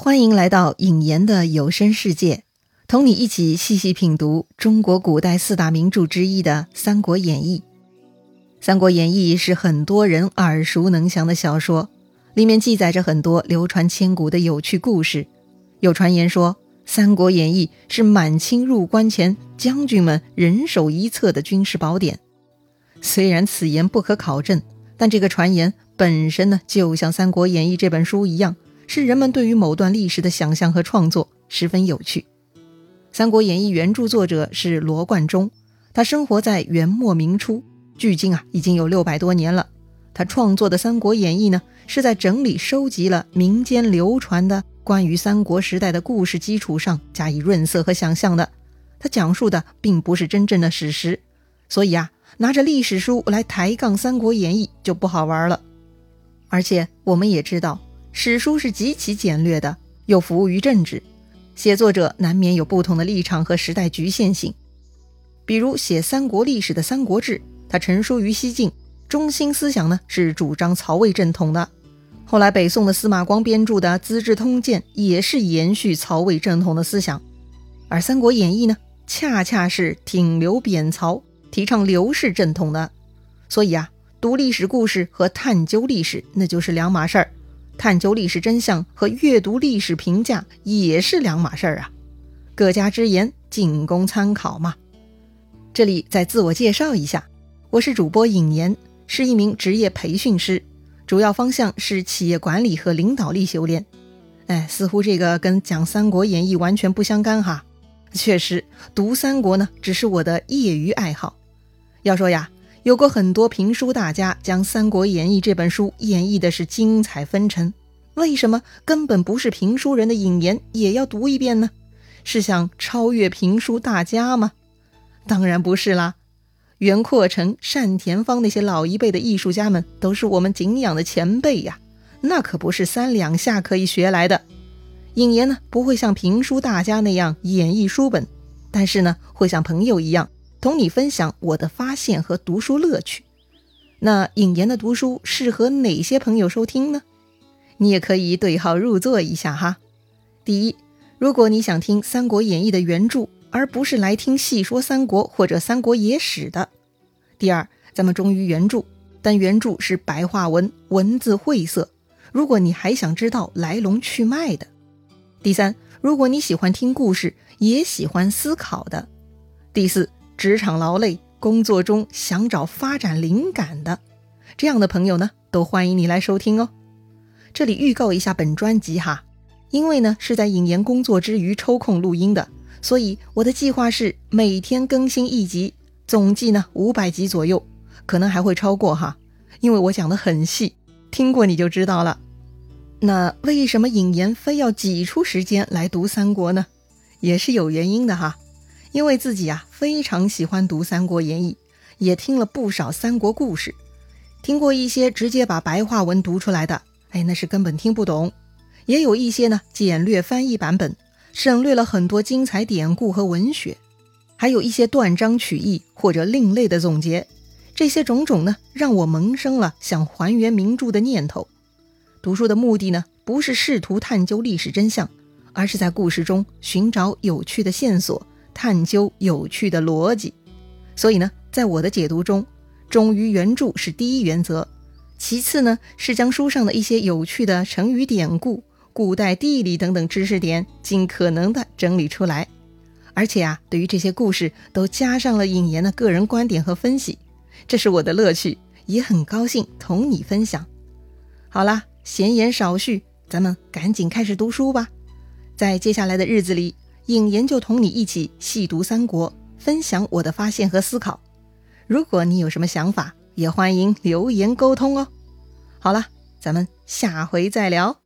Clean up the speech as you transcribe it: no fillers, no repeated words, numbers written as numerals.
欢迎来到影言的有声世界，同你一起细细品读中国古代四大名著之一的《三国演义》。《三国演义》是很多人耳熟能详的小说，里面记载着很多流传千古的有趣故事。有传言说，《三国演义》是满清入关前将军们人手一册的军事宝典。虽然此言不可考证，但这个传言本身呢，就像《三国演义》这本书一样，是人们对于某段历史的想象和创作，十分有趣。《三国演义》原著作者是罗贯中，他生活在元末明初，距今已经有600多年了。他创作的《三国演义》呢，是在整理收集了民间流传的关于三国时代的故事基础上加以润色和想象的。他讲述的并不是真正的史实，所以拿着历史书来抬杠《三国演义》就不好玩了。而且我们也知道，史书是极其简略的，又服务于政治，写作者难免有不同的立场和时代局限性。比如写三国历史的《三国志》，它成书于西晋，中心思想呢是主张曹魏正统的。后来北宋的司马光编著的《资治通鉴》也是延续曹魏正统的思想。而《三国演义》呢，恰恰是挺刘贬曹，提倡刘氏正统的。所以读历史故事和探究历史那就是两码事儿，探究历史真相和阅读历史评价也是两码事儿各家之言仅供参考嘛。这里再自我介绍一下，我是主播尹言，是一名职业培训师，主要方向是企业管理和领导力修炼。似乎这个跟讲三国演义完全不相干哈。确实，读三国呢只是我的业余爱好。要说有过很多评书大家将《三国演义》这本书演绎的是精彩纷呈，为什么根本不是评书人的引言也要读一遍呢？是想超越评书大家吗？当然不是啦。袁阔成、单田芳那些老一辈的艺术家们都是我们敬仰的前辈那可不是3两下可以学来的。引言呢不会像评书大家那样演绎书本，但是呢会像朋友一样同你分享我的发现和读书乐趣。那引言的读书适合哪些朋友收听呢？你也可以对号入座一下哈。第一，如果你想听《三国演义》的原著，而不是来听细说三国或者三国野史的。第二，咱们忠于原著，但原著是白话文，文字晦涩，如果你还想知道来龙去脉的。第三，如果你喜欢听故事，也喜欢思考的。第四，职场劳累，工作中想找发展灵感的，这样的朋友呢，都欢迎你来收听哦。这里预告一下本专辑因为呢是在引言工作之余抽空录音的，所以我的计划是每天更新1集，总计呢500集左右，可能还会超过因为我讲得很细，听过你就知道了。那为什么引言非要挤出时间来读三国呢？也是有原因的因为自己非常喜欢读《三国演义》，也听了不少三国故事，听过一些直接把白话文读出来的，那是根本听不懂；也有一些呢简略翻译版本，省略了很多精彩典故和文学，还有一些断章取义或者另类的总结。这些种种呢，让我萌生了想还原名著的念头。读书的目的呢，不是试图探究历史真相，而是在故事中寻找有趣的线索，探究有趣的逻辑。所以呢，在我的解读中，忠于原著是第一原则，其次呢，是将书上的一些有趣的成语典故、古代地理等等知识点尽可能的整理出来。而且对于这些故事都加上了引言的个人观点和分析，这是我的乐趣，也很高兴同你分享。好啦，闲言少叙，咱们赶紧开始读书吧。在接下来的日子里，引言就同你一起细读三国，分享我的发现和思考。如果你有什么想法，也欢迎留言沟通哦。好了，咱们下回再聊。